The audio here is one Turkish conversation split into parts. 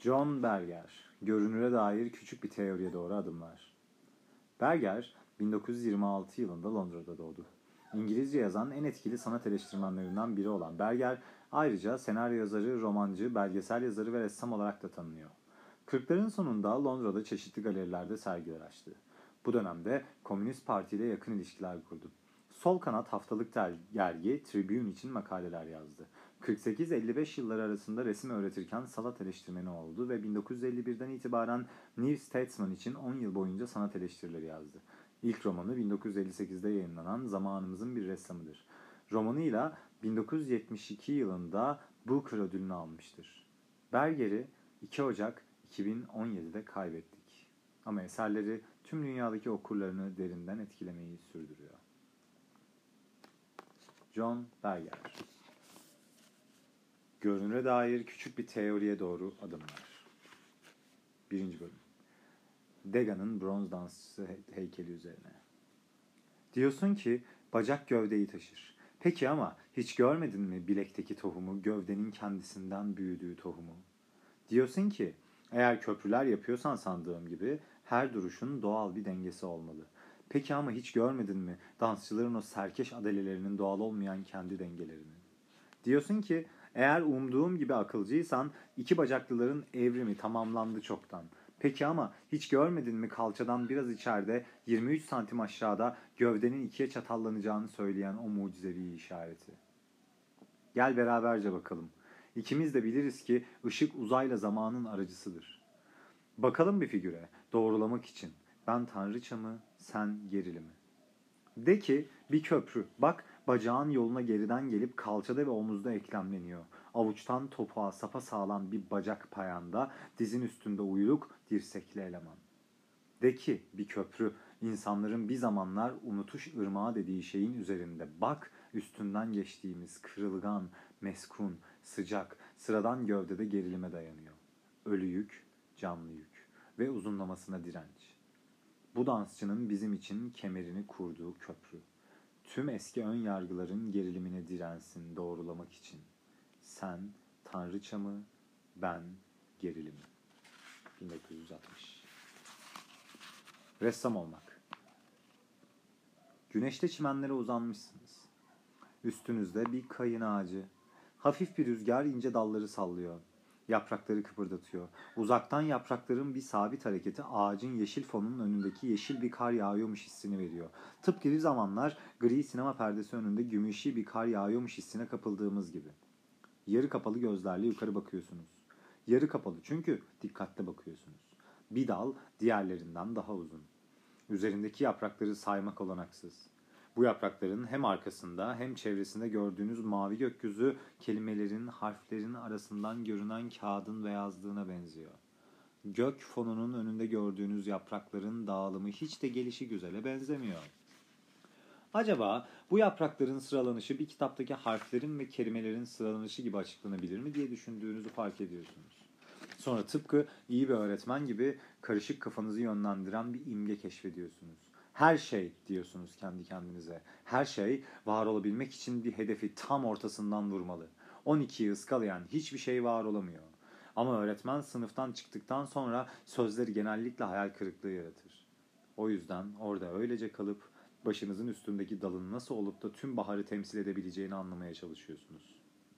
John Berger, görünüre dair küçük bir teoriye doğru adımlar. Berger, 1926 yılında Londra'da doğdu. İngilizce yazan en etkili sanat eleştirmenlerinden biri olan Berger, ayrıca senaryo yazarı, romancı, belgesel yazarı ve ressam olarak da tanınıyor. 40'ların sonunda Londra'da çeşitli galerilerde sergiler açtı. Bu dönemde Komünist Parti ile yakın ilişkiler kurdu. Sol kanat haftalık dergi Tribune için makaleler yazdı. 48-55 yılları arasında resim öğretirken sanat eleştirmeni oldu ve 1951'den itibaren New Statesman için 10 yıl boyunca sanat eleştirileri yazdı. İlk romanı 1958'de yayınlanan Zamanımızın Bir Ressamıdır. Romanıyla 1972 yılında Booker ödülünü almıştır. Berger'i 2 Ocak 2017'de kaybettik. Ama eserleri tüm dünyadaki okurlarını derinden etkilemeyi sürdürüyor. John Berger. Görünüre dair küçük bir teoriye doğru adımlar. 1. bölüm. Degas'ın bronz dansçısı heykeli üzerine. Diyorsun ki bacak gövdeyi taşır. Peki ama hiç görmedin mi bilekteki tohumu, gövdenin kendisinden büyüdüğü tohumu? Diyorsun ki eğer köprüler yapıyorsan sandığım gibi her duruşun doğal bir dengesi olmalı. Peki ama hiç görmedin mi dansçıların o serkeş adalelerinin doğal olmayan kendi dengelerini? Diyorsun ki eğer umduğum gibi akılcıysan iki bacaklıların evrimi tamamlandı çoktan. Peki ama hiç görmedin mi kalçadan biraz içeride 23 santim aşağıda gövdenin ikiye çatallanacağını söyleyen o mucizevi işareti? Gel beraberce bakalım. İkimiz de biliriz ki işık uzayla zamanın aracısıdır. Bakalım bir figüre, doğrulamak için. Ben tanrıça mı, sen gerili mi? De ki bir köprü. Bak bacağın yoluna geriden gelip kalçada ve omuzda eklemleniyor. Avuçtan topuğa sapasağlam bir bacak payanda, dizin üstünde uyluk, dirsekli eleman. De ki bir köprü, insanların bir zamanlar unutuş ırmağı dediği şeyin üzerinde. Bak üstünden geçtiğimiz kırılgan, meskun, sıcak, sıradan gövdede gerilime dayanıyor. Ölü yük, canlı yük ve uzunlamasına direnç. Bu dansçının bizim için kemerini kurduğu köprü. Tüm eski ön yargıların gerilimine dirensin doğrulamak için. Sen tanrıça mı, ben gerilim mi? 1960. Ressam olmak. Güneşte çimenlere uzanmışsınız. Üstünüzde bir kayın ağacı. Hafif bir rüzgar ince dalları sallıyor. Yaprakları kıpırdatıyor. Uzaktan yaprakların bir sabit hareketi ağacın yeşil fonunun önündeki yeşil bir kar yağıyormuş hissini veriyor. Tıpkı bir zamanlar gri sinema perdesi önünde gümüşi bir kar yağıyormuş hissine kapıldığımız gibi. Yarı kapalı gözlerle yukarı bakıyorsunuz. Yarı kapalı çünkü dikkatli bakıyorsunuz. Bir dal diğerlerinden daha uzun. Üzerindeki yaprakları saymak olanaksız. Bu yaprakların hem arkasında hem çevresinde gördüğünüz mavi gökyüzü kelimelerin, harflerin arasından görünen kağıdın beyazlığına benziyor. Gök fonunun önünde gördüğünüz yaprakların dağılımı hiç de gelişigüzele benzemiyor. Acaba bu yaprakların sıralanışı bir kitaptaki harflerin ve kelimelerin sıralanışı gibi açıklanabilir mi diye düşündüğünüzü fark ediyorsunuz. Sonra tıpkı iyi bir öğretmen gibi karışık kafanızı yönlendiren bir imge keşfediyorsunuz. Her şey diyorsunuz kendi kendinize. Her şey var olabilmek için bir hedefi tam ortasından vurmalı. 12'yi ıskalayan hiçbir şey var olamıyor. Ama öğretmen sınıftan çıktıktan sonra sözleri genellikle hayal kırıklığı yaratır. O yüzden orada öylece kalıp başınızın üstündeki dalın nasıl olup da tüm baharı temsil edebileceğini anlamaya çalışıyorsunuz.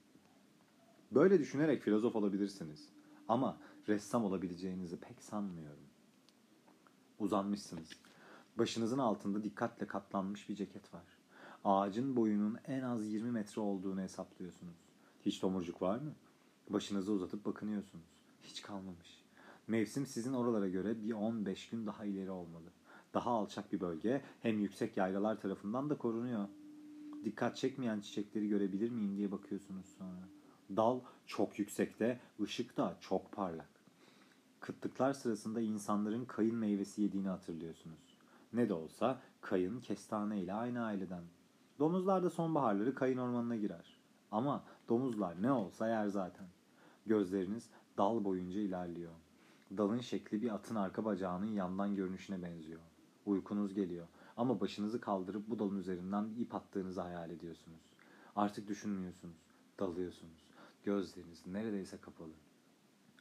Böyle düşünerek filozof olabilirsiniz. Ama ressam olabileceğinizi pek sanmıyorum. Uzanmışsınız. Başınızın altında dikkatle katlanmış bir ceket var. Ağacın boyunun en az 20 metre olduğunu hesaplıyorsunuz. Hiç tomurcuk var mı? Başınızı uzatıp bakınıyorsunuz. Hiç kalmamış. Mevsim sizin oralara göre bir 15 gün daha ileri olmalı. Daha alçak bir bölge hem yüksek yaylalar tarafından da korunuyor. Dikkat çekmeyen çiçekleri görebilir miyim diye bakıyorsunuz sonra. Dal çok yüksekte, ışık da çok parlak. Kıtlıklar sırasında insanların kayın meyvesi yediğini hatırlıyorsunuz. Ne de olsa kayın kestane ile aynı aileden. Domuzlar da sonbaharları kayın ormanına girer. Ama domuzlar ne olsa yer zaten. Gözleriniz dal boyunca ilerliyor. Dalın şekli bir atın arka bacağının yandan görünüşüne benziyor. Uykunuz geliyor ama başınızı kaldırıp bu dalın üzerinden ip attığınızı hayal ediyorsunuz. Artık düşünmüyorsunuz, dalıyorsunuz. Gözleriniz neredeyse kapalı.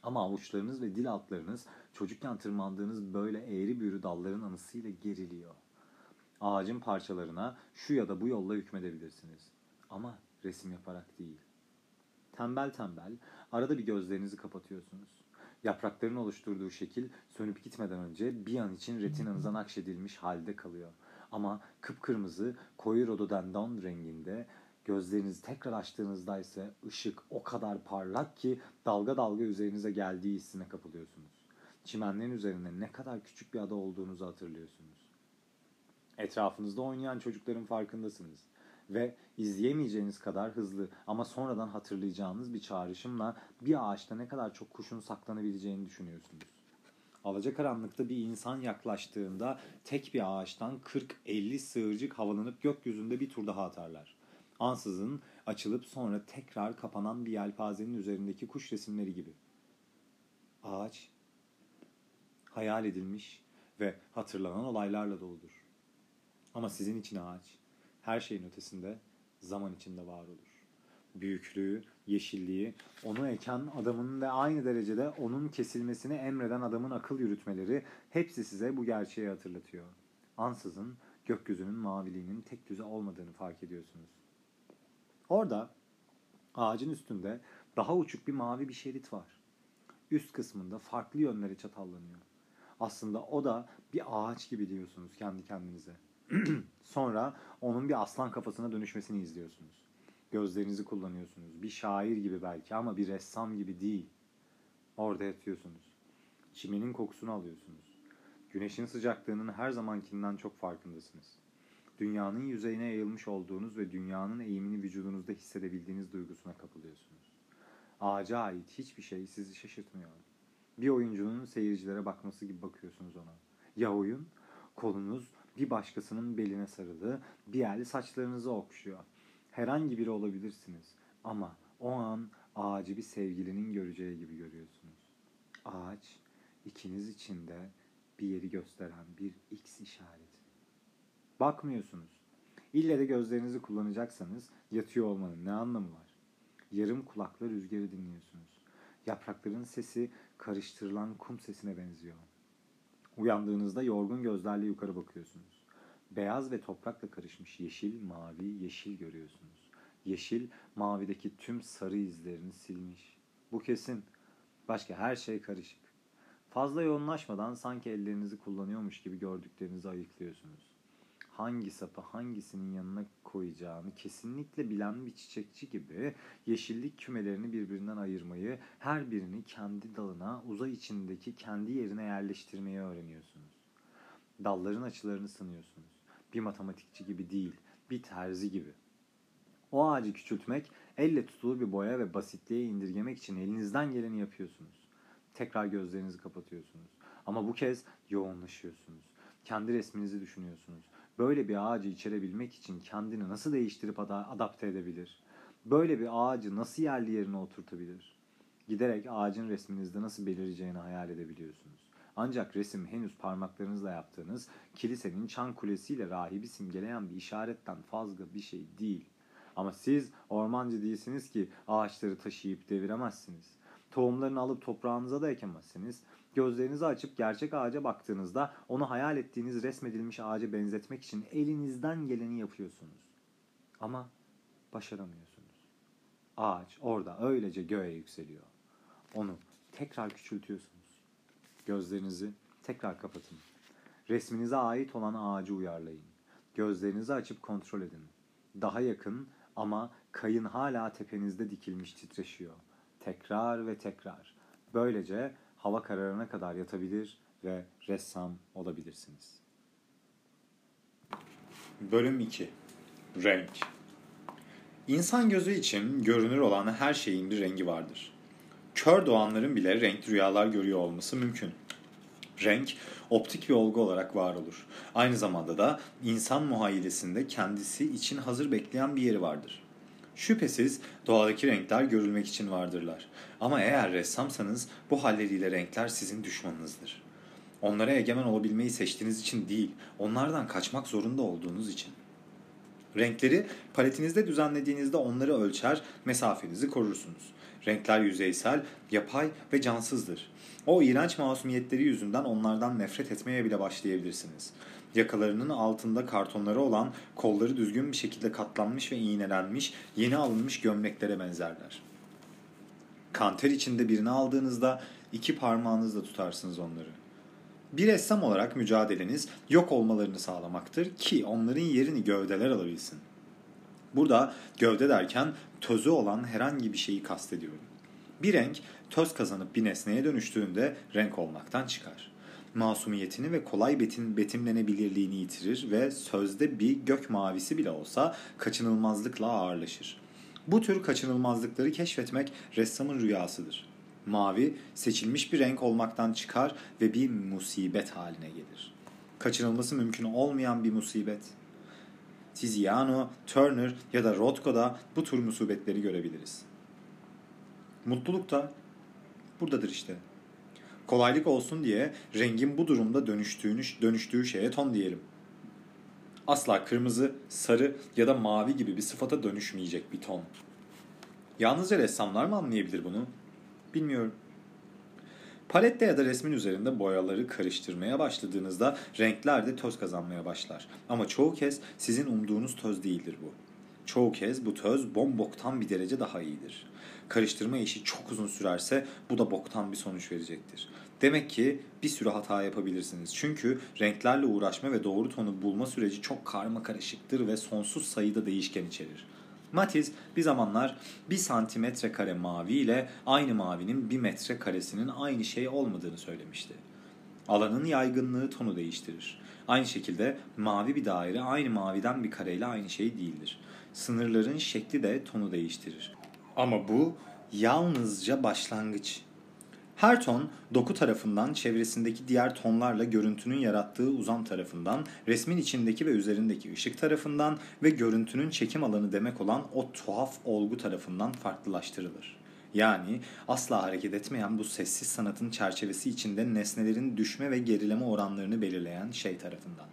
Ama avuçlarınız ve dil altlarınız çocukken tırmandığınız böyle eğri büğrü dalların anısıyla geriliyor. Ağacın parçalarına şu ya da bu yolla hükmedebilirsiniz. Ama resim yaparak değil. Tembel tembel arada bir gözlerinizi kapatıyorsunuz. Yaprakların oluşturduğu şekil sönüp gitmeden önce bir an için retinanıza nakşedilmiş halde kalıyor. Ama kıpkırmızı koyu rododendron renginde, gözlerinizi tekrar açtığınızda ise ışık o kadar parlak ki dalga dalga üzerinize geldiği hissine kapılıyorsunuz. Çimenlerin üzerinde ne kadar küçük bir ada olduğunuzu hatırlıyorsunuz. Etrafınızda oynayan çocukların farkındasınız. Ve izleyemeyeceğiniz kadar hızlı ama sonradan hatırlayacağınız bir çağrışımla bir ağaçta ne kadar çok kuşun saklanabileceğini düşünüyorsunuz. Alacakaranlıkta bir insan yaklaştığında tek bir ağaçtan 40-50 sığırcık havalanıp gökyüzünde bir tur daha atarlar. Ansızın açılıp sonra tekrar kapanan bir yelpazenin üzerindeki kuş resimleri gibi. Ağaç hayal edilmiş ve hatırlanan olaylarla doludur. Ama sizin için ağaç her şeyin ötesinde zaman içinde var olur. Büyüklüğü, yeşilliği, onu eken adamın ve aynı derecede onun kesilmesini emreden adamın akıl yürütmeleri hepsi size bu gerçeği hatırlatıyor. Ansızın gökyüzünün maviliğinin tek düze olmadığını fark ediyorsunuz. Orada ağacın üstünde daha uçuk bir mavi bir şerit var. Üst kısmında farklı yönleri çatallanıyor. Aslında o da bir ağaç gibi diyorsunuz kendi kendinize. Sonra onun bir aslan kafasına dönüşmesini izliyorsunuz. Gözlerinizi kullanıyorsunuz. Bir şair gibi belki ama bir ressam gibi değil. Orada yatıyorsunuz. Çimenin kokusunu alıyorsunuz. Güneşin sıcaklığının her zamankinden çok farkındasınız. Dünyanın yüzeyine yayılmış olduğunuz ve dünyanın eğimini vücudunuzda hissedebildiğiniz duygusuna kapılıyorsunuz. Ağaca ait hiçbir şey sizi şaşırtmıyor. Bir oyuncunun seyircilere bakması gibi bakıyorsunuz ona. Ya oyun? Kolunuz bir başkasının beline sarılı, bir el saçlarınızı okşuyor. Herhangi biri olabilirsiniz ama o an ağacı bir sevgilinin göreceği gibi görüyorsunuz. Ağaç ikiniz için de bir yeri gösteren bir X işareti. Bakmıyorsunuz. İlle de gözlerinizi kullanacaksanız yatıyor olmanın ne anlamı var? Yarım kulakla rüzgarı dinliyorsunuz. Yaprakların sesi karıştırılan kum sesine benziyor. Uyandığınızda yorgun gözlerle yukarı bakıyorsunuz. Beyaz ve toprakla karışmış yeşil, mavi, yeşil görüyorsunuz. Yeşil, mavideki tüm sarı izlerini silmiş. Bu kesin. Başka her şey karışık. Fazla yoğunlaşmadan sanki ellerinizi kullanıyormuş gibi gördüklerinizi ayıklıyorsunuz. Hangi sapı hangisinin yanına koyacağını kesinlikle bilen bir çiçekçi gibi yeşillik kümelerini birbirinden ayırmayı, her birini kendi dalına, uzay içindeki kendi yerine yerleştirmeyi öğreniyorsunuz. Dalların açılarını sınıyorsunuz. Bir matematikçi gibi değil, bir terzi gibi. O ağacı küçültmek, elle tutulur bir boya ve basitliğe indirgemek için elinizden geleni yapıyorsunuz. Tekrar gözlerinizi kapatıyorsunuz. Ama bu kez yoğunlaşıyorsunuz. Kendi resminizi düşünüyorsunuz. Böyle bir ağacı içerebilmek için kendini nasıl değiştirip adapte edebilir? Böyle bir ağacı nasıl yerli yerine oturtabilir? Giderek ağacın resminizde nasıl belireceğini hayal edebiliyorsunuz. Ancak resim henüz parmaklarınızla yaptığınız kilisenin çan kulesiyle rahibi simgeleyen bir işaretten fazla bir şey değil. Ama siz ormancı değilsiniz ki ağaçları taşıyıp deviremezsiniz. Tohumlarını alıp toprağınıza da ekemezsiniz. Gözlerinizi açıp gerçek ağaca baktığınızda onu hayal ettiğiniz resmedilmiş ağaca benzetmek için elinizden geleni yapıyorsunuz. Ama başaramıyorsunuz. Ağaç orada öylece göğe yükseliyor. Onu tekrar küçültüyorsunuz. Gözlerinizi tekrar kapatın. Resminize ait olan ağacı uyarlayın. Gözlerinizi açıp kontrol edin. Daha yakın ama kayın hala tepenizde dikilmiş titreşiyor. Tekrar ve tekrar. Böylece hava kararına kadar yatabilir ve ressam olabilirsiniz. Bölüm 2. Renk. İnsan gözü için görünür olan her şeyin bir rengi vardır. Kör doğanların bile renkli rüyalar görüyor olması mümkün. Renk, optik bir olgu olarak var olur. Aynı zamanda da insan muhayyilesinde kendisi için hazır bekleyen bir yeri vardır. Şüphesiz doğadaki renkler görülmek için vardırlar. Ama eğer ressamsanız bu halleriyle renkler sizin düşmanınızdır. Onlara egemen olabilmeyi seçtiğiniz için değil, onlardan kaçmak zorunda olduğunuz için. Renkleri paletinizde düzenlediğinizde onları ölçer, mesafenizi korursunuz. Renkler yüzeysel, yapay ve cansızdır. O iğrenç masumiyetleri yüzünden onlardan nefret etmeye bile başlayabilirsiniz. Yakalarının altında kartonları olan, kolları düzgün bir şekilde katlanmış ve iğnelenmiş, yeni alınmış gömleklere benzerler. Kanter içinde birini aldığınızda 2 parmağınızla tutarsınız onları. Bir ressam olarak mücadeleniz yok olmalarını sağlamaktır ki onların yerini gövdeler alabilsin. Burada gövde derken tözü olan herhangi bir şeyi kastediyorum. Bir renk töz kazanıp bir nesneye dönüştüğünde renk olmaktan çıkar. Masumiyetini ve kolay betimlenebilirliğini yitirir ve sözde bir gök mavisi bile olsa kaçınılmazlıkla ağırlaşır. Bu tür kaçınılmazlıkları keşfetmek ressamın rüyasıdır. Mavi seçilmiş bir renk olmaktan çıkar ve bir musibet haline gelir. Kaçınılması mümkün olmayan bir musibet. Tiziano, Turner ya da Rothko'da bu tür musibetleri görebiliriz. Mutluluk da buradadır işte. Kolaylık olsun diye rengin bu durumda dönüştüğü şeye ton diyelim. Asla kırmızı, sarı ya da mavi gibi bir sıfata dönüşmeyecek bir ton. Yalnızca ressamlar mı anlayabilir bunu? Bilmiyorum. Palette ya da resmin üzerinde boyaları karıştırmaya başladığınızda renkler de töz kazanmaya başlar. Ama çoğu kez sizin umduğunuz töz değildir bu. Çoğu kez bu töz bomboktan bir derece daha iyidir. Karıştırma işi çok uzun sürerse bu da boktan bir sonuç verecektir. Demek ki bir sürü hata yapabilirsiniz. Çünkü renklerle uğraşma ve doğru tonu bulma süreci çok karmakarışıktır ve sonsuz sayıda değişken içerir. Matisse bir zamanlar 1 santimetre kare mavi ile aynı mavinin 1 metre karesinin aynı şey olmadığını söylemişti. Alanın yaygınlığı tonu değiştirir. Aynı şekilde mavi bir daire aynı maviden bir kareyle aynı şey değildir. Sınırların şekli de tonu değiştirir. Ama bu yalnızca başlangıç. Her ton doku tarafından, çevresindeki diğer tonlarla görüntünün yarattığı uzam tarafından, resmin içindeki ve üzerindeki ışık tarafından ve görüntünün çekim alanı demek olan o tuhaf olgu tarafından farklılaştırılır. Yani asla hareket etmeyen bu sessiz sanatın çerçevesi içinde nesnelerin düşme ve gerileme oranlarını belirleyen şey tarafından.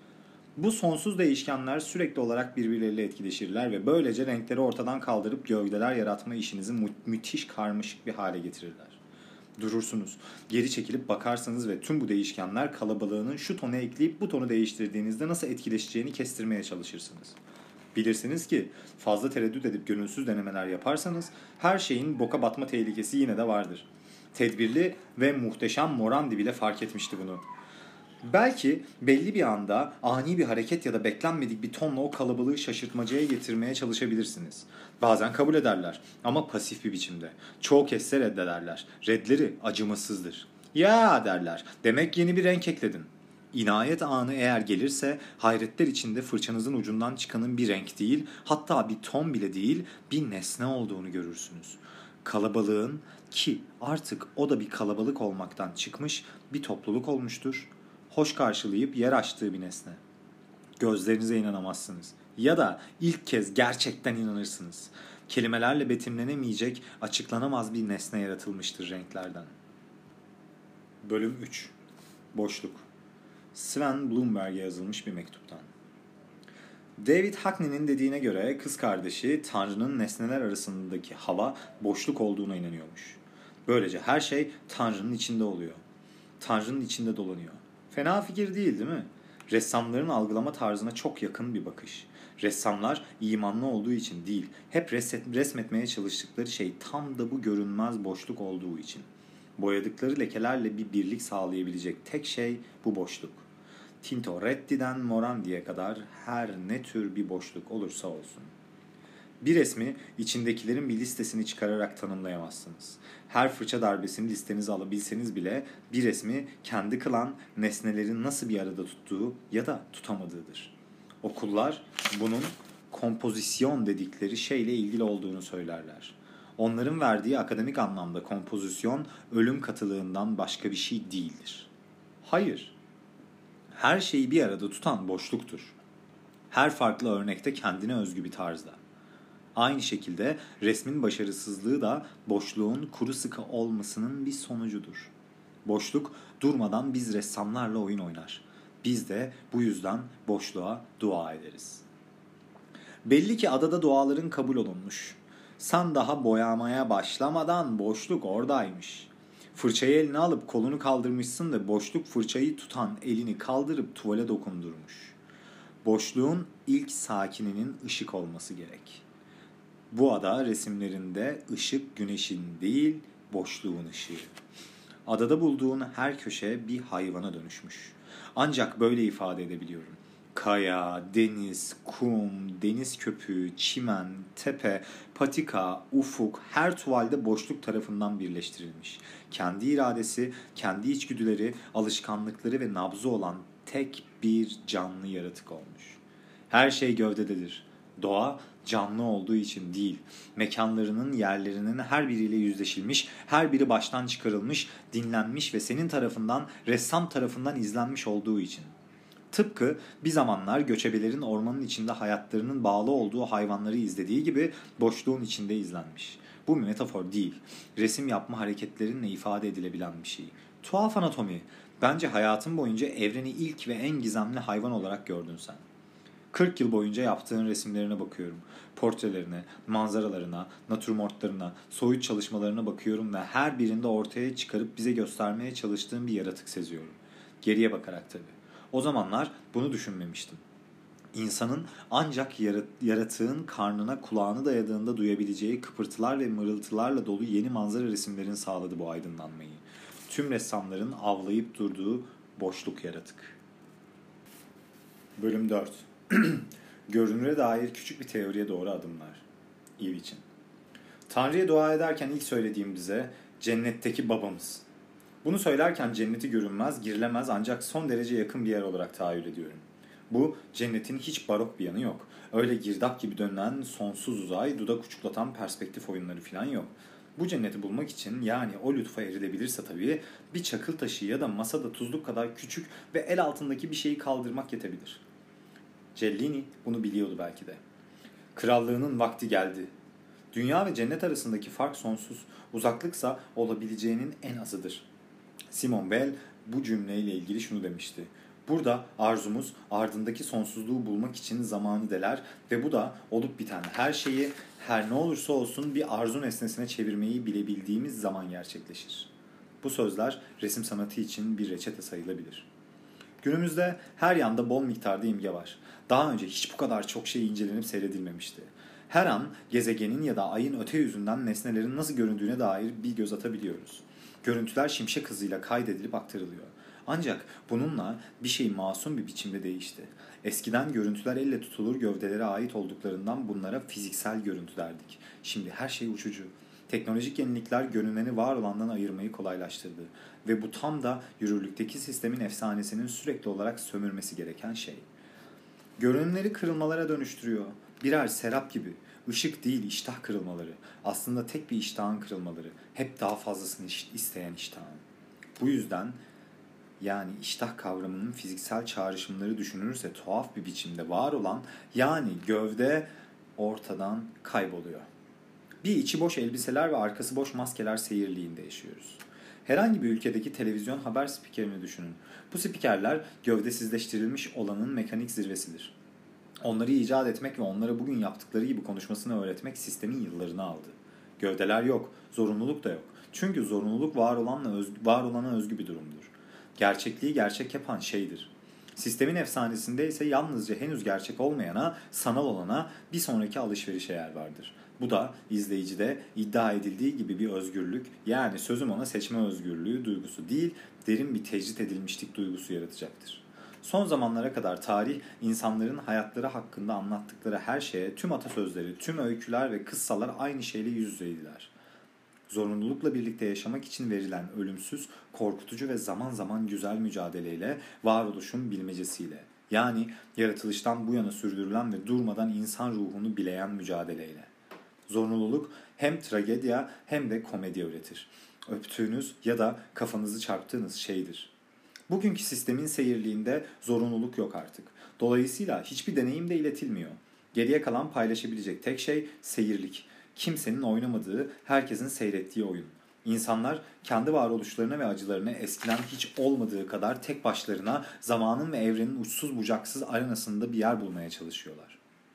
Bu sonsuz değişkenler sürekli olarak birbirleriyle etkileşirler ve böylece renkleri ortadan kaldırıp gövdeler yaratma işinizi müthiş karmaşık bir hale getirirler. Durursunuz, geri çekilip bakarsanız ve tüm bu değişkenler kalabalığının şu tonu ekleyip bu tonu değiştirdiğinizde nasıl etkileşeceğini kestirmeye çalışırsınız. Bilirsiniz ki fazla tereddüt edip gönülsüz denemeler yaparsanız her şeyin boka batma tehlikesi yine de vardır. Tedbirli ve muhteşem Morandi bile fark etmişti bunu. Belki belli bir anda ani bir hareket ya da beklenmedik bir tonla o kalabalığı şaşırtmacaya getirmeye çalışabilirsiniz. Bazen kabul ederler ama pasif bir biçimde. Çoğu kez de reddederler. Reddleri acımasızdır. Ya derler, demek yeni bir renk ekledin. İnayet anı eğer gelirse hayretler içinde fırçanızın ucundan çıkanın bir renk değil, hatta bir ton bile değil, bir nesne olduğunu görürsünüz. Kalabalığın, ki artık o da bir kalabalık olmaktan çıkmış bir topluluk olmuştur, hoş karşılayıp yer açtığı bir nesne. Gözlerinize inanamazsınız. Ya da ilk kez gerçekten inanırsınız. Kelimelerle betimlenemeyecek, açıklanamaz bir nesne yaratılmıştır renklerden. Bölüm 3. Boşluk. Sven Bloomberg'e yazılmış bir mektuptan. David Hockney'nin dediğine göre kız kardeşi Tanrı'nın nesneler arasındaki hava boşluk olduğuna inanıyormuş. Böylece her şey Tanrı'nın içinde oluyor. Tanrı'nın içinde dolanıyor. Fena fikir değil mi? Ressamların algılama tarzına çok yakın bir bakış. Ressamlar imanlı olduğu için değil, hep resmetmeye çalıştıkları şey tam da bu görünmez boşluk olduğu için. Boyadıkları lekelerle bir birlik sağlayabilecek tek şey bu boşluk. Tintoretti'den Morandi'ye kadar her ne tür bir boşluk olursa olsun. Bir resmi içindekilerin bir listesini çıkararak tanımlayamazsınız. Her fırça darbesini listenize alabilseniz bile bir resmi kendi kılan nesnelerin nasıl bir arada tuttuğu ya da tutamadığıdır. Okullar bunun kompozisyon dedikleri şeyle ilgili olduğunu söylerler. Onların verdiği akademik anlamda kompozisyon ölüm katılığından başka bir şey değildir. Hayır. Her şeyi bir arada tutan boşluktur. Her farklı örnekte kendine özgü bir tarzda. Aynı şekilde resmin başarısızlığı da boşluğun kuru sıkı olmasının bir sonucudur. Boşluk durmadan biz ressamlarla oyun oynar. Biz de bu yüzden boşluğa dua ederiz. Belli ki adada duaların kabul olunmuş. Sen daha boyamaya başlamadan boşluk oradaymış. Fırçayı eline alıp kolunu kaldırmışsın da boşluk fırçayı tutan elini kaldırıp tuvale dokundurmuş. Boşluğun ilk sakininin ışık olması gerek. Bu ada resimlerinde ışık güneşin değil, boşluğun ışığı. Adada bulduğun her köşe bir hayvana dönüşmüş. Ancak böyle ifade edebiliyorum. Kaya, deniz, kum, deniz köpüğü, çimen, tepe, patika, ufuk her tuvalde boşluk tarafından birleştirilmiş. Kendi iradesi, kendi içgüdüleri, alışkanlıkları ve nabzı olan tek bir canlı yaratık olmuş. Her şey gövdededir. Doğa canlı olduğu için değil, mekanlarının, yerlerinin her biriyle yüzleşilmiş, her biri baştan çıkarılmış, dinlenmiş ve senin tarafından, ressam tarafından izlenmiş olduğu için. Tıpkı bir zamanlar göçebelerin ormanın içinde hayatlarının bağlı olduğu hayvanları izlediği gibi boşluğun içinde izlenmiş. Bu bir metafor değil, resim yapma hareketlerinle ifade edilebilen bir şey. Tuhaf anatomi, bence hayatın boyunca evreni ilk ve en gizemli hayvan olarak gördün sen. 40 yıl boyunca yaptığın resimlerine bakıyorum. Portrelerine, manzaralarına, natürmortlarına, soyut çalışmalarına bakıyorum ve her birinde ortaya çıkarıp bize göstermeye çalıştığın bir yaratık seziyorum. Geriye bakarak tabii. O zamanlar bunu düşünmemiştim. İnsanın ancak yaratığın karnına kulağını dayadığında duyabileceği kıpırtılar ve mırıltılarla dolu yeni manzara resimlerin sağladı bu aydınlanmayı. Tüm ressamların avlayıp durduğu boşluk yaratık. Bölüm 4. Görünüre dair küçük bir teoriye doğru adımlar. Eve için. Tanrı'ya dua ederken ilk söylediğim bize cennetteki babamız. Bunu söylerken cenneti görünmez, girilemez ancak son derece yakın bir yer olarak tahayyül ediyorum. Bu cennetin hiç barok bir yanı yok. Öyle girdap gibi dönen sonsuz uzay, dudak uçuklatan perspektif oyunları falan yok. Bu cenneti bulmak için yani o lütfa erilebilirse tabii bir çakıl taşı ya da masada tuzluk kadar küçük ve el altındaki bir şeyi kaldırmak yetebilir. Cellini bunu biliyordu belki de. Krallığının vakti geldi. Dünya ve cennet arasındaki fark sonsuz, uzaklıksa olabileceğinin en azıdır. Simone Weil bu cümleyle ilgili şunu demişti. Burada arzumuz ardındaki sonsuzluğu bulmak için zamanı deler ve bu da olup biten her şeyi her ne olursa olsun bir arzu nesnesine çevirmeyi bilebildiğimiz zaman gerçekleşir. Bu sözler resim sanatı için bir reçete sayılabilir. Günümüzde her yanda bol miktarda imge var. Daha önce hiç bu kadar çok şey incelenip seyredilmemişti. Her an gezegenin ya da ayın öte yüzünden nesnelerin nasıl göründüğüne dair bir göz atabiliyoruz. Görüntüler şimşek hızıyla kaydedilip aktarılıyor. Ancak bununla bir şey masum bir biçimde değişti. Eskiden görüntüler elle tutulur gövdelere ait olduklarından bunlara fiziksel görüntü derdik. Şimdi her şey uçucu. Teknolojik yenilikler görüneni var olandan ayırmayı kolaylaştırdı. Ve bu tam da yürürlükteki sistemin efsanesinin sürekli olarak sömürmesi gereken şey. Görünümleri kırılmalara dönüştürüyor. Birer serap gibi. Işık değil iştah kırılmaları. Aslında tek bir iştahın kırılmaları. Hep daha fazlasını isteyen iştahın. Bu yüzden yani iştah kavramının fiziksel çağrışımları düşünülürse tuhaf bir biçimde var olan yani gövde ortadan kayboluyor. Bir içi boş elbiseler ve arkası boş maskeler seyirliğinde yaşıyoruz. Herhangi bir ülkedeki televizyon haber spikerini düşünün. Bu spikerler gövdesizleştirilmiş olanın mekanik zirvesidir. Onları icat etmek ve onlara bugün yaptıkları gibi konuşmasını öğretmek sistemin yıllarını aldı. Gövdeler yok, zorunluluk da yok. Çünkü zorunluluk var olana özgü bir durumdur. Gerçekliği gerçek yapan şeydir. Sistemin efsanesinde ise yalnızca henüz gerçek olmayana, sanal olana bir sonraki alışverişe yer vardır. Bu da izleyicide iddia edildiği gibi bir özgürlük, yani sözüm ona seçme özgürlüğü duygusu değil, derin bir tecrit edilmişlik duygusu yaratacaktır. Son zamanlara kadar tarih, insanların hayatları hakkında anlattıkları her şeye, tüm atasözleri, tüm öyküler ve kıssalar aynı şeyle yüz yüzeydiler. Zorunlulukla birlikte yaşamak için verilen ölümsüz, korkutucu ve zaman zaman güzel mücadeleyle, varoluşun bilmecesiyle, yani yaratılıştan bu yana sürdürülen ve durmadan insan ruhunu bileyen mücadeleyle. Zorunluluk hem tragedya hem de komedya üretir. Öptüğünüz ya da kafanızı çarptığınız şeydir. Bugünkü sistemin seyirliğinde zorunluluk yok artık. Dolayısıyla hiçbir deneyim de iletilmiyor. Geriye kalan paylaşabilecek tek şey seyirlik. Kimsenin oynamadığı, herkesin seyrettiği oyun. İnsanlar kendi varoluşlarına ve acılarına eskiden hiç olmadığı kadar tek başlarına zamanın ve evrenin uçsuz bucaksız arenasında bir yer bulmaya çalışıyorlar.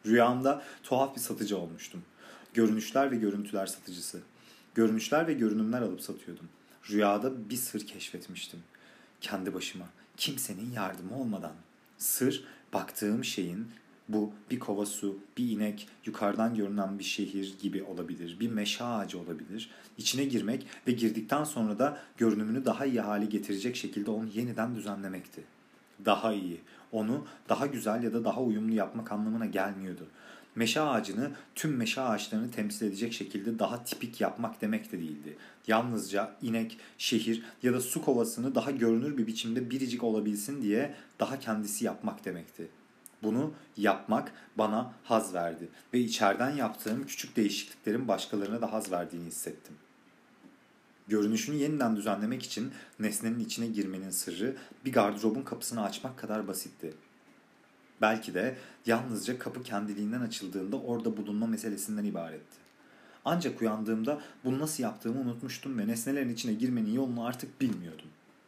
Rüyamda tuhaf bir satıcı olmuştum. Görünüşler ve görüntüler satıcısı. Görünüşler ve görünümler alıp satıyordum. Rüyada bir sır keşfetmiştim. Kendi başıma, kimsenin yardımı olmadan. Sır, baktığım şeyin bu bir kova su, bir inek, yukarıdan görünen bir şehir gibi olabilir. Bir meşe ağacı olabilir. İçine girmek ve girdikten sonra da görünümünü daha iyi hale getirecek şekilde onu yeniden düzenlemekti. Daha iyi, onu daha güzel ya da daha uyumlu yapmak anlamına gelmiyordu. Meşe ağacını tüm meşe ağaçlarını temsil edecek şekilde daha tipik yapmak demek de değildi. Yalnızca inek, şehir ya da su kovasını daha görünür bir biçimde biricik olabilsin diye daha kendisi yapmak demekti. Bunu yapmak bana haz verdi ve içeriden yaptığım küçük değişikliklerin başkalarına da haz verdiğini hissettim. Görünüşünü yeniden düzenlemek için nesnenin içine girmenin sırrı bir gardırobun kapısını açmak kadar basitti. Belki de yalnızca kapı kendiliğinden açıldığında orada bulunma meselesinden ibaretti. Ancak uyandığımda bunu nasıl yaptığımı unutmuştum ve nesnelerin içine girmenin yolunu artık bilmiyordum.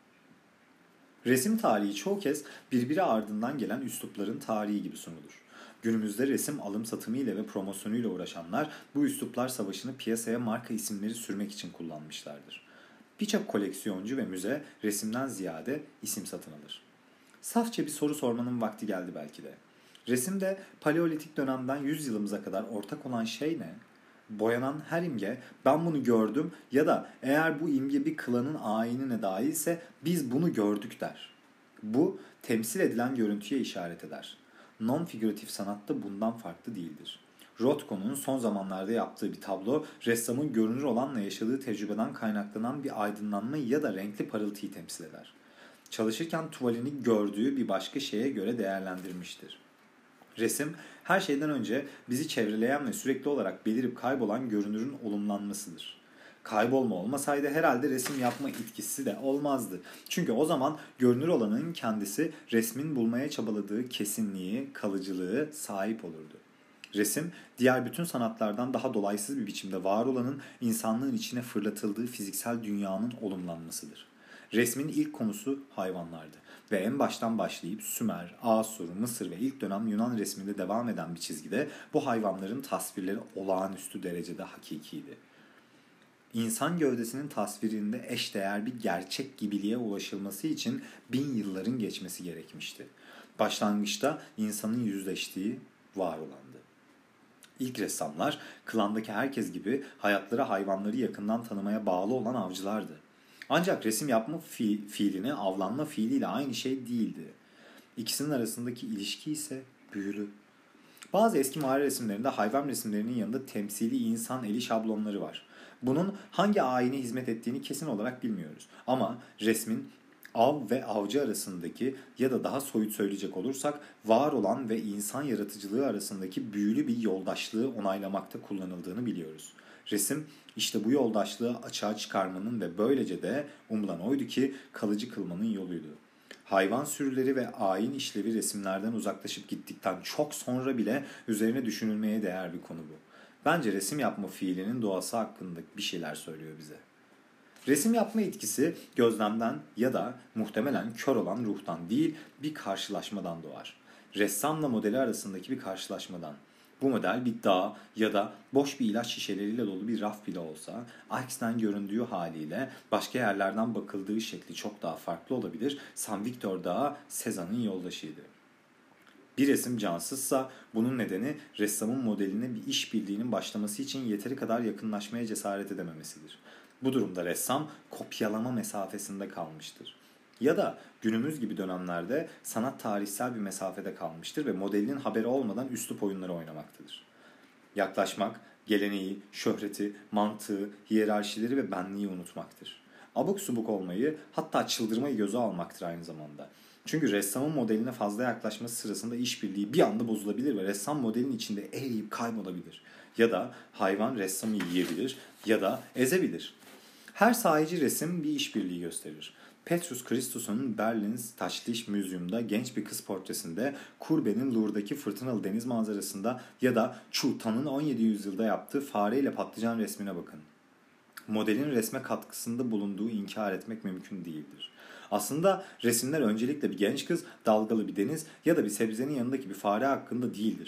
Resim tarihi çoğu kez birbiri ardından gelen üslupların tarihi gibi sunulur. Günümüzde resim alım satımıyla ve promosyonuyla uğraşanlar bu üsluplar savaşını piyasaya marka isimleri sürmek için kullanmışlardır. Birçok koleksiyoncu ve müze resimden ziyade isim satın alır. Safça bir soru sormanın vakti geldi belki de. Resimde Paleolitik dönemden 100 yılımıza kadar ortak olan şey ne? Boyanan her imge ben bunu gördüm ya da eğer bu imge bir klanın ayinine dahilse biz bunu gördük der. Bu temsil edilen görüntüye işaret eder. Non-figüratif sanat da bundan farklı değildir. Rothko'nun son zamanlarda yaptığı bir tablo ressamın görünür olanla yaşadığı tecrübeden kaynaklanan bir aydınlanma ya da renkli parıltıyı temsil eder. Çalışırken tuvalini gördüğü bir başka şeye göre değerlendirmiştir. Resim, her şeyden önce bizi çevreleyen ve sürekli olarak belirip kaybolan görünürün olumlanmasıdır. Kaybolma olmasaydı herhalde resim yapma etkisi de olmazdı. Çünkü o zaman görünür olanın kendisi resmin bulmaya çabaladığı kesinliği, kalıcılığı sahip olurdu. Resim, diğer bütün sanatlardan daha dolaysız bir biçimde var olanın insanlığın içine fırlatıldığı fiziksel dünyanın olumlanmasıdır. Resmin ilk konusu hayvanlardı ve en baştan başlayıp Sümer, Asur, Mısır ve ilk dönem Yunan resminde devam eden bir çizgide bu hayvanların tasvirleri olağanüstü derecede hakikiydi. İnsan gövdesinin tasvirinde eşdeğer bir gerçek gibiliğe ulaşılması için 1000 yılların geçmesi gerekmişti. Başlangıçta insanın yüzleştiği var olandı. İlk ressamlar klandaki herkes gibi hayatları hayvanları yakından tanımaya bağlı olan avcılardı. Ancak resim yapma fiilini avlanma fiiliyle aynı şey değildi. İkisinin arasındaki ilişki ise büyülü. Bazı eski mağara resimlerinde hayvan resimlerinin yanında temsili insan eli şablonları var. Bunun hangi ayine hizmet ettiğini kesin olarak bilmiyoruz. Ama resmin av ve avcı arasındaki ya da daha soyut söyleyecek olursak var olan ve insan yaratıcılığı arasındaki büyülü bir yoldaşlığı onaylamakta kullanıldığını biliyoruz. Resim işte bu yoldaşlığı açığa çıkarmanın ve böylece de umulan oydu ki kalıcı kılmanın yoluydu. Hayvan sürüleri ve ayin işlevi resimlerden uzaklaşıp gittikten çok sonra bile üzerine düşünülmeye değer bir konu bu. Bence resim yapma fiilinin doğası hakkında bir şeyler söylüyor bize. Resim yapma etkisi gözlemden ya da muhtemelen kör olan ruhtan değil bir karşılaşmadan doğar. Ressamla modeli arasındaki bir karşılaşmadan. Bu model bir dağ ya da boş bir ilaç şişeleriyle dolu bir raf bile olsa, Aix'ten göründüğü haliyle başka yerlerden bakıldığı şekli çok daha farklı olabilir. San Victor Dağı Cézanne'ın yoldaşıydı. Bir resim cansızsa bunun nedeni ressamın modeline bir işbirliğinin başlaması için yeteri kadar yakınlaşmaya cesaret edememesidir. Bu durumda ressam kopyalama mesafesinde kalmıştır. Ya da günümüz gibi dönemlerde sanat tarihsel bir mesafede kalmıştır ve modelinin haberi olmadan üslup oyunları oynamaktadır. Yaklaşmak, geleneği, şöhreti, mantığı, hiyerarşileri ve benliği unutmaktır. Abuk subuk olmayı, hatta çıldırmayı göze almaktır aynı zamanda. Çünkü ressamın modeline fazla yaklaşması sırasında işbirliği bir anda bozulabilir ve ressam modelin içinde eriyip kaybolabilir. Ya da hayvan ressamı yiyebilir ya da ezebilir. Her sahici resim bir işbirliği gösterir. Petrus Christus'un Berlin Stadtlich Museum'da genç bir kız portresinde, Courbet'in Louvre'daki fırtınalı deniz manzarasında ya da Chu Tan'ın 17. yüzyılda yaptığı fareyle patlıcan resmine bakın. Modelin resme katkısında bulunduğu inkar etmek mümkün değildir. Aslında resimler öncelikle bir genç kız, dalgalı bir deniz ya da bir sebzenin yanındaki bir fare hakkında değildir.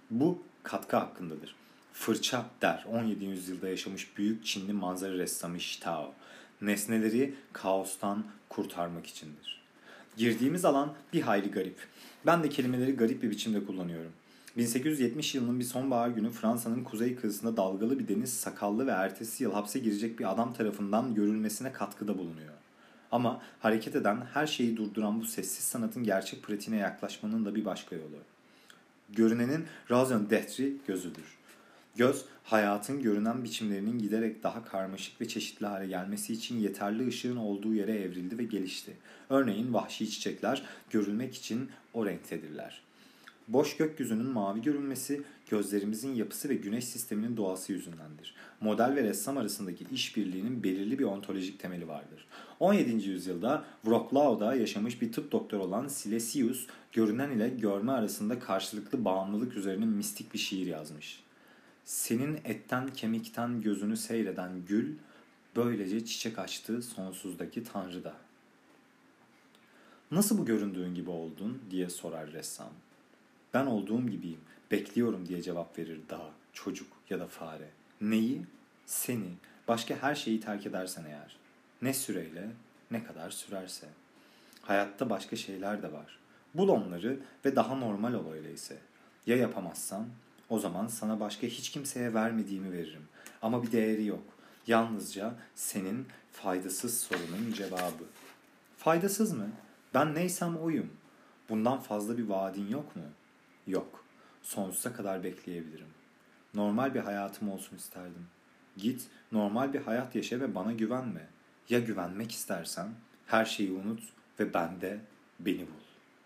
Bu katkı hakkındadır. Fırça der 17. yüzyılda yaşamış büyük Çinli manzara ressamı Shitao. Nesneleri kaostan kurtarmak içindir. Girdiğimiz alan bir hayli garip. Ben de kelimeleri garip bir biçimde kullanıyorum. 1870 yılının bir sonbahar günü Fransa'nın kuzey kıyısında dalgalı bir deniz sakallı ve ertesi yıl hapse girecek bir adam tarafından görülmesine katkıda bulunuyor. Ama hareket eden, her şeyi durduran bu sessiz sanatın gerçek pratiğine yaklaşmanın da bir başka yolu. Görünenin raison d'être gözüdür. Göz, hayatın görünen biçimlerinin giderek daha karmaşık ve çeşitli hale gelmesi için yeterli ışığın olduğu yere evrildi ve gelişti. Örneğin vahşi çiçekler görülmek için o renktedirler. Boş gökyüzünün mavi görünmesi, gözlerimizin yapısı ve güneş sisteminin doğası yüzündendir. Model ve ressam arasındaki işbirliğinin belirli bir ontolojik temeli vardır. 17. yüzyılda Wrocław'da yaşamış bir tıp doktoru olan Silesius, görünen ile görme arasında karşılıklı bağımlılık üzerine mistik bir şiir yazmış. Senin etten kemikten gözünü seyreden gül, böylece çiçek açtı sonsuzdaki Tanrı'da. Nasıl bu göründüğün gibi oldun diye sorar ressam. Ben olduğum gibiyim, bekliyorum diye cevap verir dağ, çocuk ya da fare. Neyi? Seni, başka her şeyi terk edersen eğer. Ne süreyle, ne kadar sürerse. Hayatta başka şeyler de var. Bul onları ve daha normal ol öyleyse. Ya yapamazsan, o zaman sana başka hiç kimseye vermediğimi veririm. Ama bir değeri yok. Yalnızca senin faydasız sorunun cevabı. Faydasız mı? Ben neysem oyum. Bundan fazla bir vaadin yok mu? Yok. Sonsuza kadar bekleyebilirim. Normal bir hayatım olsun isterdim. Git, normal bir hayat yaşa ve bana güvenme. Ya güvenmek istersen, her şeyi unut ve beni bul.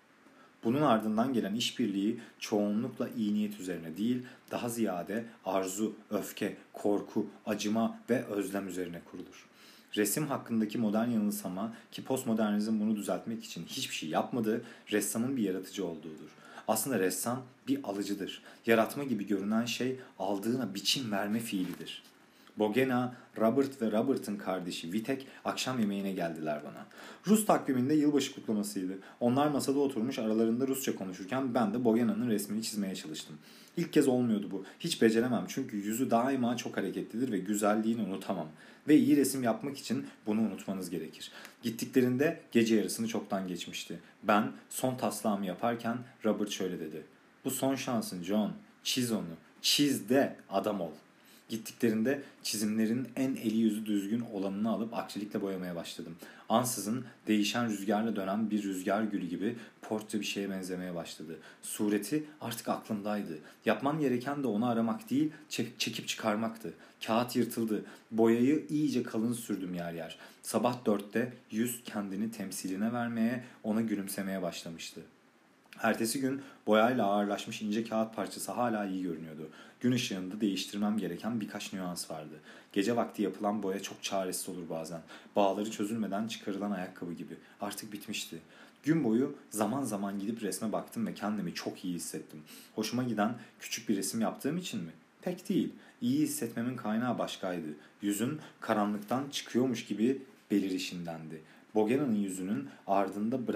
Bunun ardından gelen işbirliği çoğunlukla iyi niyet üzerine değil, daha ziyade arzu, öfke, korku, acıma ve özlem üzerine kurulur. Resim hakkındaki modern yanılsama ki postmodernizm bunu düzeltmek için hiçbir şey yapmadı, ressamın bir yaratıcı olduğudur. Aslında ressam bir alıcıdır. Yaratma gibi görünen şey aldığına biçim verme fiilidir. Bogena, Robert ve Robert'ın kardeşi Vitek akşam yemeğine geldiler bana. Rus takviminde yılbaşı kutlamasıydı. Onlar masada oturmuş aralarında Rusça konuşurken ben de Bogena'nın resmini çizmeye çalıştım. İlk kez olmuyordu bu. Hiç beceremem çünkü yüzü daima çok hareketlidir ve güzelliğini unutamam. Ve iyi resim yapmak için bunu unutmanız gerekir. Gittiklerinde gece yarısını çoktan geçmişti. Ben son taslağımı yaparken Robert şöyle dedi. Bu son şansın John. Çiz onu. Çiz de adam ol. Gittiklerinde çizimlerin en eli yüzü düzgün olanını alıp akrilikle boyamaya başladım. Ansızın değişen rüzgarla dönen bir rüzgar gülü gibi portre bir şeye benzemeye başladı. Sureti artık aklımdaydı. Yapmam gereken de onu aramak değil, çekip çıkarmaktı. Kağıt yırtıldı. Boyayı iyice kalın sürdüm yer yer. Sabah 4'te yüz kendini temsiline vermeye, ona gülümsemeye başlamıştı. Ertesi gün boyayla ağırlaşmış ince kağıt parçası hala iyi görünüyordu. Gün ışığında değiştirmem gereken birkaç nüans vardı. Gece vakti yapılan boya çok çaresiz olur bazen. Bağları çözülmeden çıkarılan ayakkabı gibi. Artık bitmişti. Gün boyu zaman zaman gidip resme baktım ve kendimi çok iyi hissettim. Hoşuma giden küçük bir resim yaptığım için mi? Pek değil. İyi hissetmemin kaynağı başkaydı. Yüzün karanlıktan çıkıyormuş gibi belirişindendi. Bogena'nın yüzünün ardında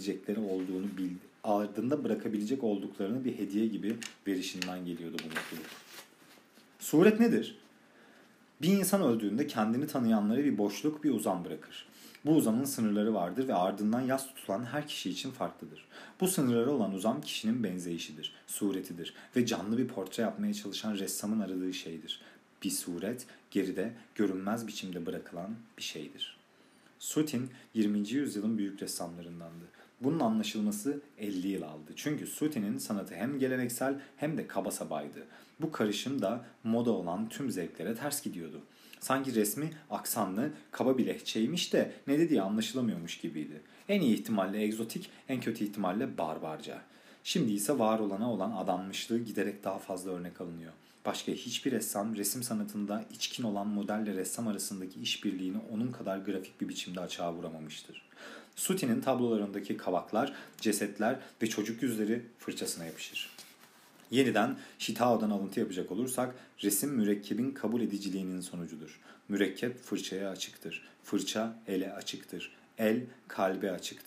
bırakabilecek olduklarını bir hediye gibi verişinden geliyordu bu mutluluk. Suret nedir? Bir insan öldüğünde kendini tanıyanlara bir boşluk, bir uzam bırakır. Bu uzamın sınırları vardır ve ardından yas tutulan her kişi için farklıdır. Bu sınırları olan uzam kişinin benzeyişidir, suretidir ve canlı bir portre yapmaya çalışan ressamın aradığı şeydir. Bir suret, geride, görünmez biçimde bırakılan bir şeydir. Sutin 20. yüzyılın büyük ressamlarındandı. Bunun anlaşılması 50 yıl aldı. Çünkü Sutin'in sanatı hem geleneksel hem de kaba sabaydı. Bu karışım da moda olan tüm zevklere ters gidiyordu. Sanki resmi aksanlı, kaba bir lehçeymiş de ne dediği anlaşılamıyormuş gibiydi. En iyi ihtimalle egzotik, en kötü ihtimalle barbarca. Şimdi ise var olana olan adanmışlığı giderek daha fazla örnek alınıyor. Başka hiçbir ressam resim sanatında içkin olan modelle ressam arasındaki işbirliğini onun kadar grafik bir biçimde açığa vuramamıştır. Sutin'in tablolarındaki kavaklar, cesetler ve çocuk yüzleri fırçasına yapışır. Yeniden Shitao'dan alıntı yapacak olursak, resim mürekkebin kabul ediciliğinin sonucudur. Mürekkep fırçaya açıktır. Fırça ele açıktır. El kalbe açıktır.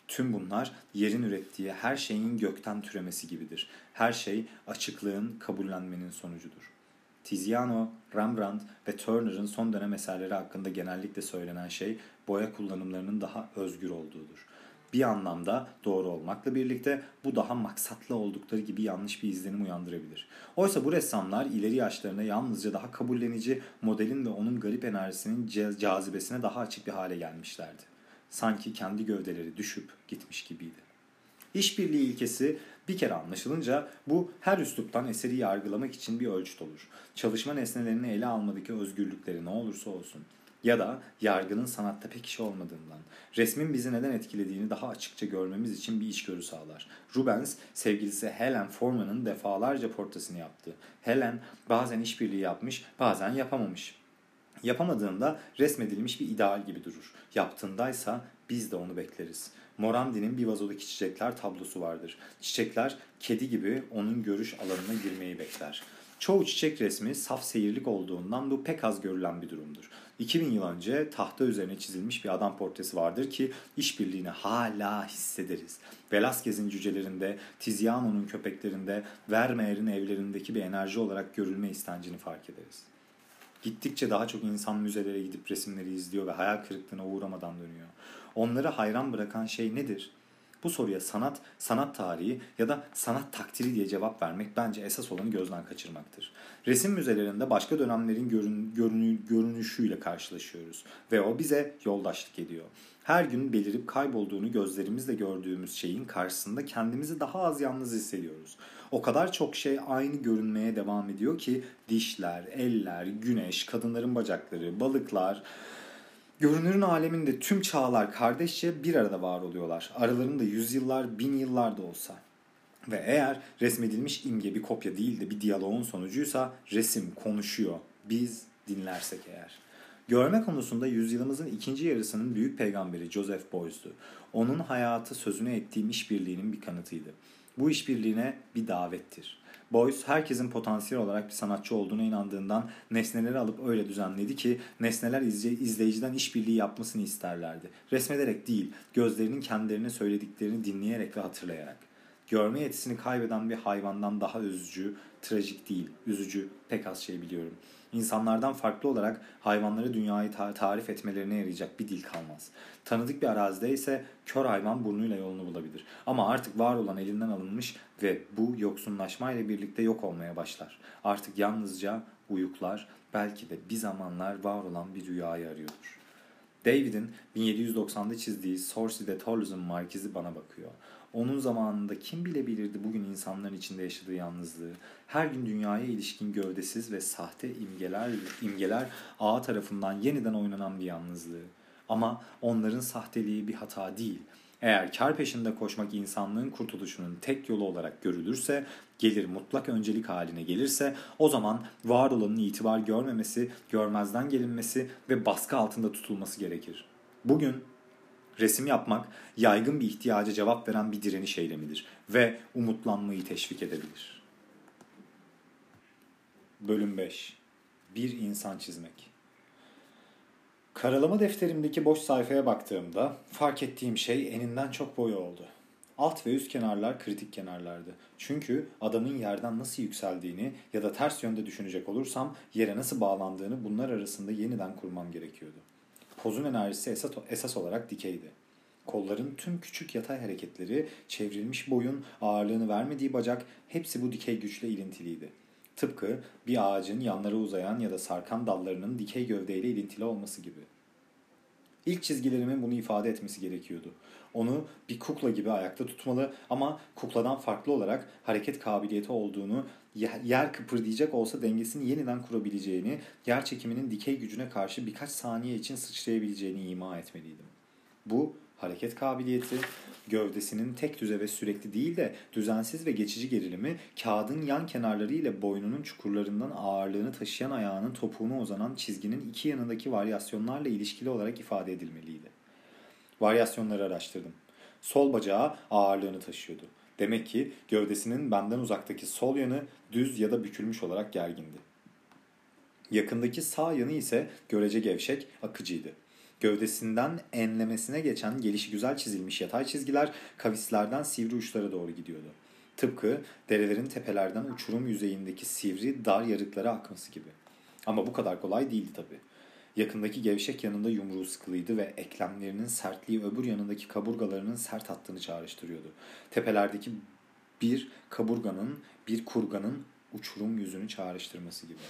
Tüm bunlar yerin ürettiği her şeyin gökten türemesi gibidir. Her şey açıklığın, kabullenmenin sonucudur. Tiziano, Rembrandt ve Turner'ın son dönem eserleri hakkında genellikle söylenen şey boya kullanımlarının daha özgür olduğudur. Bir anlamda doğru olmakla birlikte bu daha maksatlı oldukları gibi yanlış bir izlenim uyandırabilir. Oysa bu ressamlar ileri yaşlarında yalnızca daha kabullenici, modelin ve onun garip enerjisinin cazibesine daha açık bir hale gelmişlerdi. Sanki kendi gövdeleri düşüp gitmiş gibiydi. İşbirliği ilkesi bir kere anlaşılınca bu her üsluptan eseri yargılamak için bir ölçüt olur. Çalışma nesnelerini ele almadaki özgürlükleri ne olursa olsun ya da yargının sanatta pek işi olmadığından, resmin bizi neden etkilediğini daha açıkça görmemiz için bir içgörü sağlar. Rubens, sevgilisi Helen Foreman'ın defalarca portresini yaptı. Helen bazen işbirliği yapmış, bazen yapamamış. Yapamadığında resmedilmiş bir ideal gibi durur. Yaptığındaysa biz de onu bekleriz. Morandi'nin bir vazodaki çiçekler tablosu vardır. Çiçekler kedi gibi onun görüş alanına girmeyi bekler. Çoğu çiçek resmi saf seyirlik olduğundan bu pek az görülen bir durumdur. 2000 yıl önce tahta üzerine çizilmiş bir adam portresi vardır ki işbirliğini hala hissederiz. Velázquez'in cücelerinde, Tiziano'nun köpeklerinde, Vermeer'in evlerindeki bir enerji olarak görülme istencini fark ederiz. Gittikçe daha çok insan müzelere gidip resimleri izliyor ve hayal kırıklığına uğramadan dönüyor. Onları hayran bırakan şey nedir? Bu soruya sanat tarihi ya da sanat takdiri diye cevap vermek bence esas olanı gözden kaçırmaktır. Resim müzelerinde başka dönemlerin görünüşüyle karşılaşıyoruz ve o bize yoldaşlık ediyor. Her gün belirip kaybolduğunu gözlerimizle gördüğümüz şeyin karşısında kendimizi daha az yalnız hissediyoruz. O kadar çok şey aynı görünmeye devam ediyor ki dişler, eller, güneş, kadınların bacakları, balıklar, görünürün aleminde tüm çağlar kardeşçe bir arada var oluyorlar. Aralarında yüzyıllar, bin yıllar da olsa. Ve eğer resmedilmiş imge bir kopya değil de bir diyaloğun sonucuysa resim konuşuyor. Biz dinlersek eğer. Görme konusunda yüzyılımızın ikinci yarısının büyük peygamberi Joseph Beuys'tu. Onun hayatı sözüne ettiğim işbirliğinin bir kanıtıydı. Bu işbirliğine bir davettir. Beuys herkesin potansiyel olarak bir sanatçı olduğuna inandığından nesneleri alıp öyle düzenledi ki nesneler izleyiciden işbirliği yapmasını isterlerdi. Resmederek değil, gözlerinin kendilerine söylediklerini dinleyerek ve hatırlayarak. Görme yetisini kaybeden bir hayvandan daha üzücü, trajik değil, üzücü pek az şey biliyorum. İnsanlardan farklı olarak hayvanlara dünyayı tarif etmelerine yarayacak bir dil kalmaz. Tanıdık bir arazide ise kör hayvan burnuyla yolunu bulabilir. Ama artık var olan elinden alınmış ve bu yoksunlaşmayla birlikte yok olmaya başlar. Artık yalnızca uyuklar, belki de bir zamanlar var olan bir rüyayı arıyordur. David'in 1790'da çizdiği Sorcy de Toulouse'un markizi bana bakıyor. Onun zamanında kim bilebilirdi bugün insanların içinde yaşadığı yalnızlığı. Her gün dünyaya ilişkin gövdesiz ve sahte imgeler ağa tarafından yeniden oynanan bir yalnızlığı. Ama onların sahteliği bir hata değil. Eğer kar peşinde koşmak insanlığın kurtuluşunun tek yolu olarak görülürse, gelir mutlak öncelik haline gelirse o zaman var olanın itibar görmemesi, görmezden gelinmesi ve baskı altında tutulması gerekir. Bugün resim yapmak yaygın bir ihtiyaca cevap veren bir direniş eylemidir ve umutlanmayı teşvik edebilir. Bölüm 5. Bir insan çizmek. Karalama defterimdeki boş sayfaya baktığımda fark ettiğim şey eninden çok boyu oldu. Alt ve üst kenarlar kritik kenarlardı. Çünkü adamın yerden nasıl yükseldiğini ya da ters yönde düşünecek olursam yere nasıl bağlandığını bunlar arasında yeniden kurmam gerekiyordu. Pozun enerjisi esas olarak dikeydi. Kolların tüm küçük yatay hareketleri, çevrilmiş boyun, ağırlığını vermediği bacak hepsi bu dikey güçle ilintiliydi. Tıpkı bir ağacın yanlara uzayan ya da sarkan dallarının dikey gövdeyle ilintili olması gibi. İlk çizgilerimin bunu ifade etmesi gerekiyordu. Onu bir kukla gibi ayakta tutmalı ama kukladan farklı olarak hareket kabiliyeti olduğunu, yer kıpırdayacak olsa dengesini yeniden kurabileceğini, yer çekiminin dikey gücüne karşı birkaç saniye için sıçrayabileceğini ima etmeliydim. Bu hareket kabiliyeti, gövdesinin tek düze ve sürekli değil de düzensiz ve geçici gerilimi, kağıdın yan kenarları ile boynunun çukurlarından ağırlığını taşıyan ayağının topuğuna uzanan çizginin iki yanındaki varyasyonlarla ilişkili olarak ifade edilmeliydi. Varyasyonları araştırdım. Sol bacağı ağırlığını taşıyordu. Demek ki gövdesinin benden uzaktaki sol yanı düz ya da bükülmüş olarak gergindi. Yakındaki sağ yanı ise görece gevşek, akıcıydı. Gövdesinden enlemesine geçen gelişigüzel çizilmiş yatay çizgiler kavislerden sivri uçlara doğru gidiyordu. Tıpkı derelerin tepelerden uçurum yüzeyindeki sivri dar yarıklara akması gibi. Ama bu kadar kolay değildi tabii. Yakındaki gevşek yanında yumruğu sıkılıydı ve eklemlerinin sertliği öbür yanındaki kaburgalarının sert hattını çağrıştırıyordu. Tepelerdeki bir kaburganın, bir kurganın uçurum yüzünü çağrıştırması gibi.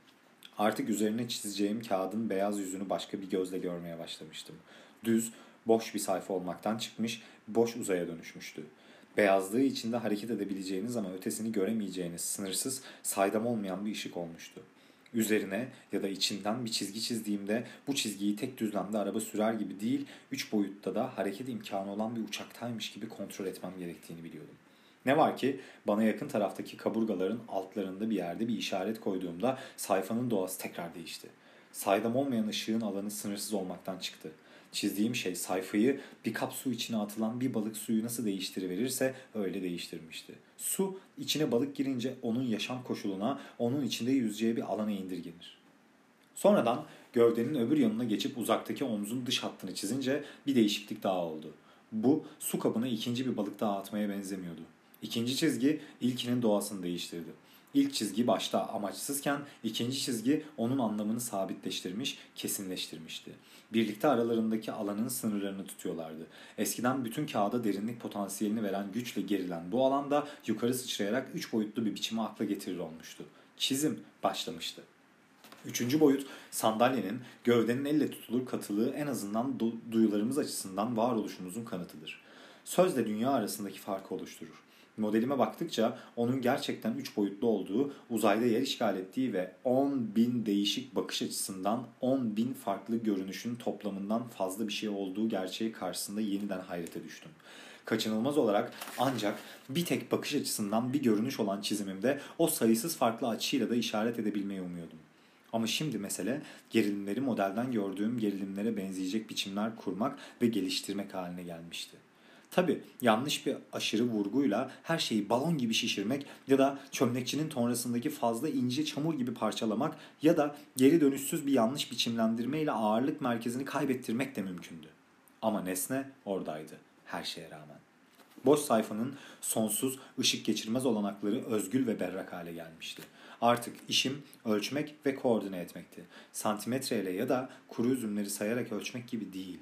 Artık üzerine çizeceğim kağıdın beyaz yüzünü başka bir gözle görmeye başlamıştım. Düz, boş bir sayfa olmaktan çıkmış, boş uzaya dönüşmüştü. Beyazlığı içinde hareket edebileceğiniz ama ötesini göremeyeceğiniz sınırsız, saydam olmayan bir ışık olmuştu. Üzerine ya da içinden bir çizgi çizdiğimde bu çizgiyi tek düzlemde araba sürer gibi değil, 3 boyutta da hareket imkanı olan bir uçaktaymış gibi kontrol etmem gerektiğini biliyordum. Ne var ki bana yakın taraftaki kaburgaların altlarında bir yerde bir işaret koyduğumda sayfanın doğası tekrar değişti. Saydam olmayan ışığın alanı sınırsız olmaktan çıktı. Çizdiğim şey sayfayı bir kap su içine atılan bir balık suyu nasıl değiştiriverirse öyle değiştirmişti. Su içine balık girince onun yaşam koşuluna, onun içinde yüzeceği bir alana indirgenir. Sonradan gövdenin öbür yanına geçip uzaktaki omzun dış hattını çizince bir değişiklik daha oldu. Bu su kabına ikinci bir balık daha atmaya benzemiyordu. İkinci çizgi ilkinin doğasını değiştirdi. İlk çizgi başta amaçsızken ikinci çizgi onun anlamını sabitleştirmiş, kesinleştirmişti. Birlikte aralarındaki alanın sınırlarını tutuyorlardı. Eskiden bütün kağıda derinlik potansiyelini veren güçle gerilen bu alanda yukarı sıçrayarak 3 boyutlu bir biçimi akla getirir olmuştu. Çizim başlamıştı. Üçüncü boyut sandalyenin gövdenin elle tutulur katılığı en azından duyularımız açısından varoluşumuzun kanıtıdır. Sözle dünya arasındaki farkı oluşturur. Modelime baktıkça onun gerçekten 3 boyutlu olduğu, uzayda yer işgal ettiği ve 10.000 değişik bakış açısından 10.000 farklı görünüşün toplamından fazla bir şey olduğu gerçeği karşısında yeniden hayrete düştüm. Kaçınılmaz olarak ancak bir tek bakış açısından bir görünüş olan çizimimde o sayısız farklı açıyla da işaret edebilmeyi umuyordum. Ama şimdi mesele gerilimleri modelden gördüğüm gerilimlere benzeyecek biçimler kurmak ve geliştirmek haline gelmişti. Tabii yanlış bir aşırı vurguyla her şeyi balon gibi şişirmek ya da çömlekçinin tonrasındaki fazla ince çamur gibi parçalamak ya da geri dönüşsüz bir yanlış biçimlendirmeyle ağırlık merkezini kaybettirmek de mümkündü. Ama nesne oradaydı her şeye rağmen. Boş sayfanın sonsuz, ışık geçirmez olanakları özgül ve berrak hale gelmişti. Artık işim ölçmek ve koordine etmekti. Santimetreyle ya da kuru üzümleri sayarak ölçmek gibi değil.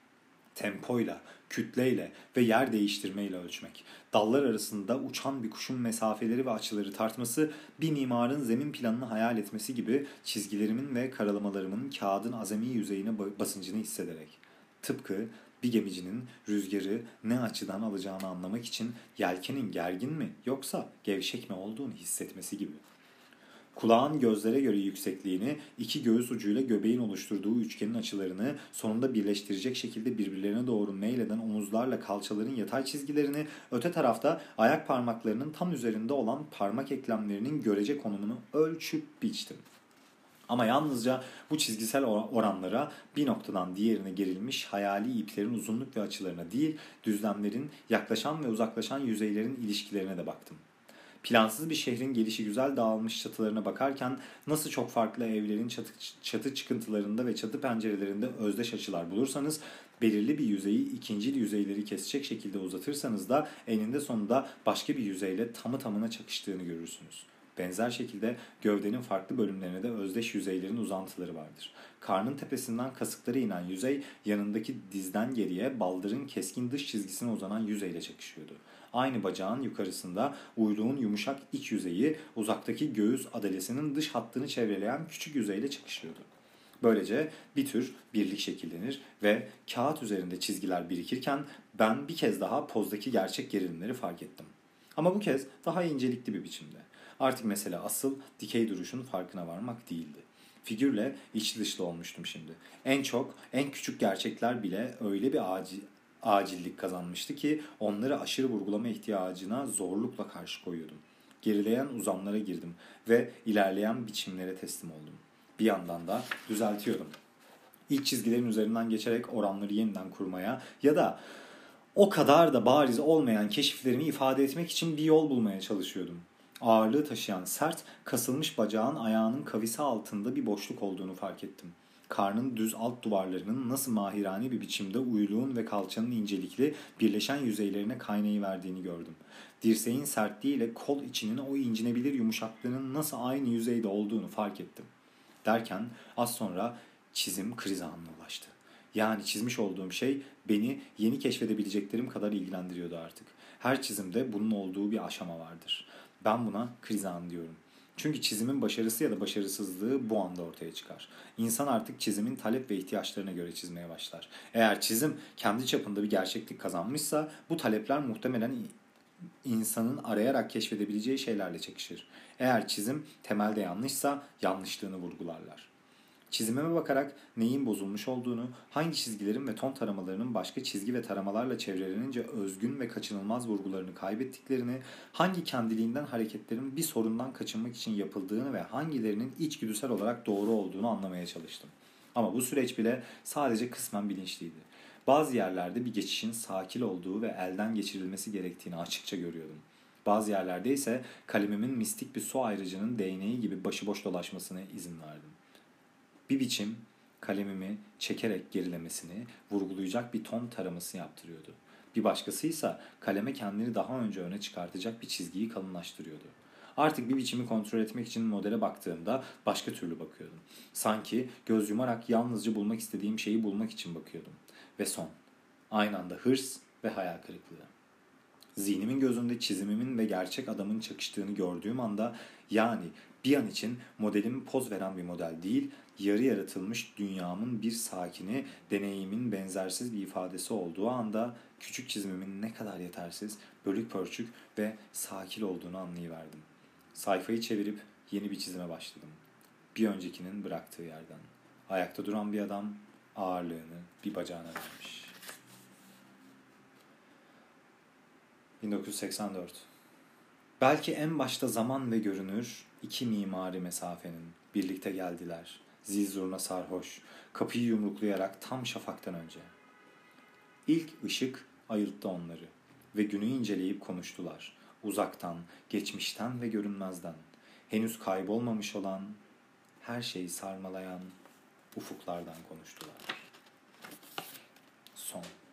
Tempoyla, kütleyle ve yer değiştirmeyle ölçmek. Dallar arasında uçan bir kuşun mesafeleri ve açıları tartması, bir mimarın zemin planını hayal etmesi gibi çizgilerimin ve karalamalarımın kağıdın azami yüzeyine basıncını hissederek. Tıpkı bir gemicinin rüzgarı ne açıdan alacağını anlamak için yelkenin gergin mi yoksa gevşek mi olduğunu hissetmesi gibi. Kulağın gözlere göre yüksekliğini, iki göğüs ucuyla göbeğin oluşturduğu üçgenin açılarını sonunda birleştirecek şekilde birbirlerine doğru meyleden omuzlarla kalçaların yatay çizgilerini, öte tarafta ayak parmaklarının tam üzerinde olan parmak eklemlerinin görece konumunu ölçüp biçtim. Ama yalnızca bu çizgisel oranlara bir noktadan diğerine gerilmiş hayali iplerin uzunluk ve açılarına değil, düzlemlerin yaklaşan ve uzaklaşan yüzeylerin ilişkilerine de baktım. Plansız bir şehrin gelişigüzel dağılmış çatılarına bakarken nasıl çok farklı evlerin çatı çıkıntılarında ve çatı pencerelerinde özdeş açılar bulursanız, belirli bir yüzeyi ikincil yüzeyleri kesecek şekilde uzatırsanız da eninde sonunda başka bir yüzeyle tamı tamına çakıştığını görürsünüz. Benzer şekilde gövdenin farklı bölümlerine de özdeş yüzeylerin uzantıları vardır. Karnın tepesinden kasıklara inen yüzey yanındaki dizden geriye baldırın keskin dış çizgisine uzanan yüzeyle çakışıyordu. Aynı bacağın yukarısında uyluğun yumuşak iç yüzeyi uzaktaki göğüs adalesinin dış hattını çevreleyen küçük yüzeyle çakışıyordu. Böylece bir tür birlik şekillenir ve kağıt üzerinde çizgiler birikirken ben bir kez daha pozdaki gerçek gerilimleri fark ettim. Ama bu kez daha incelikli bir biçimde. Artık mesele asıl dikey duruşun farkına varmak değildi. Figürle içli dışlı olmuştum şimdi. En küçük gerçekler bile öyle bir acillik kazanmıştı ki onları aşırı vurgulama ihtiyacına zorlukla karşı koyuyordum. Gerileyen uzamlara girdim ve ilerleyen biçimlere teslim oldum. Bir yandan da düzeltiyordum. İlk çizgilerin üzerinden geçerek oranları yeniden kurmaya ya da o kadar da bariz olmayan keşiflerimi ifade etmek için bir yol bulmaya çalışıyordum. Ağırlığı taşıyan sert, kasılmış bacağın ayağının kavisi altında bir boşluk olduğunu fark ettim. karnın düz alt duvarlarının nasıl mahirane bir biçimde uyluğun ve kalçanın incelikli birleşen yüzeylerine kaynayıverdiğini gördüm. Dirseğin sertliğiyle kol içinin o incinebilir yumuşaklığının nasıl aynı yüzeyde olduğunu fark ettim. Derken az sonra çizim kriz anına ulaştı. Yani çizmiş olduğum şey beni yeni keşfedebileceklerim kadar ilgilendiriyordu artık. Her çizimde bunun olduğu bir aşama vardır. Ben buna kriz anı diyorum. Çünkü çizimin başarısı ya da başarısızlığı bu anda ortaya çıkar. İnsan artık çizimin talep ve ihtiyaçlarına göre çizmeye başlar. Eğer çizim kendi çapında bir gerçeklik kazanmışsa bu talepler muhtemelen insanın arayarak keşfedebileceği şeylerle çakışır. Eğer çizim temelde yanlışsa yanlışlığını vurgularlar. Çizimime bakarak neyin bozulmuş olduğunu, hangi çizgilerin ve ton taramalarının başka çizgi ve taramalarla çevrelenince özgün ve kaçınılmaz vurgularını kaybettiklerini, hangi kendiliğinden hareketlerin bir sorundan kaçınmak için yapıldığını ve hangilerinin içgüdüsel olarak doğru olduğunu anlamaya çalıştım. Ama bu süreç bile sadece kısmen bilinçliydi. Bazı yerlerde bir geçişin sakil olduğu ve elden geçirilmesi gerektiğini açıkça görüyordum. Bazı yerlerde ise kalemimin mistik bir su ayrıcının değneği gibi başıboş dolaşmasına izin verdim. Bir biçim kalemimi çekerek gerilemesini vurgulayacak bir ton taraması yaptırıyordu. Bir başkası ise kaleme kendini daha önce öne çıkartacak bir çizgiyi kalınlaştırıyordu. Artık bir biçimi kontrol etmek için modele baktığımda başka türlü bakıyordum. Sanki göz yumarak yalnızca bulmak istediğim şeyi bulmak için bakıyordum. Ve son. Aynı anda hırs ve hayal kırıklığı. Zihnimin gözünde çizimimin ve gerçek adamın çakıştığını gördüğüm anda, yani bir an için modelim poz veren bir model değil, yarı yaratılmış dünyamın bir sakini, deneyimin benzersiz bir ifadesi olduğu anda küçük çizimimin ne kadar yetersiz, bölük pörçük ve sakil olduğunu anlayıverdim. Sayfayı çevirip yeni bir çizime başladım. Bir öncekinin bıraktığı yerden. Ayakta duran bir adam ağırlığını bir bacağına vermiş. 1984. Belki en başta zaman ve görünür iki mimari mesafenin birlikte geldiler. Zil zurna sarhoş, kapıyı yumruklayarak tam şafaktan önce. İlk ışık ayılttı onları ve günü inceleyip konuştular. Uzaktan, geçmişten ve görünmezden. Henüz kaybolmamış olan, her şeyi sarmalayan ufuklardan konuştular. Son.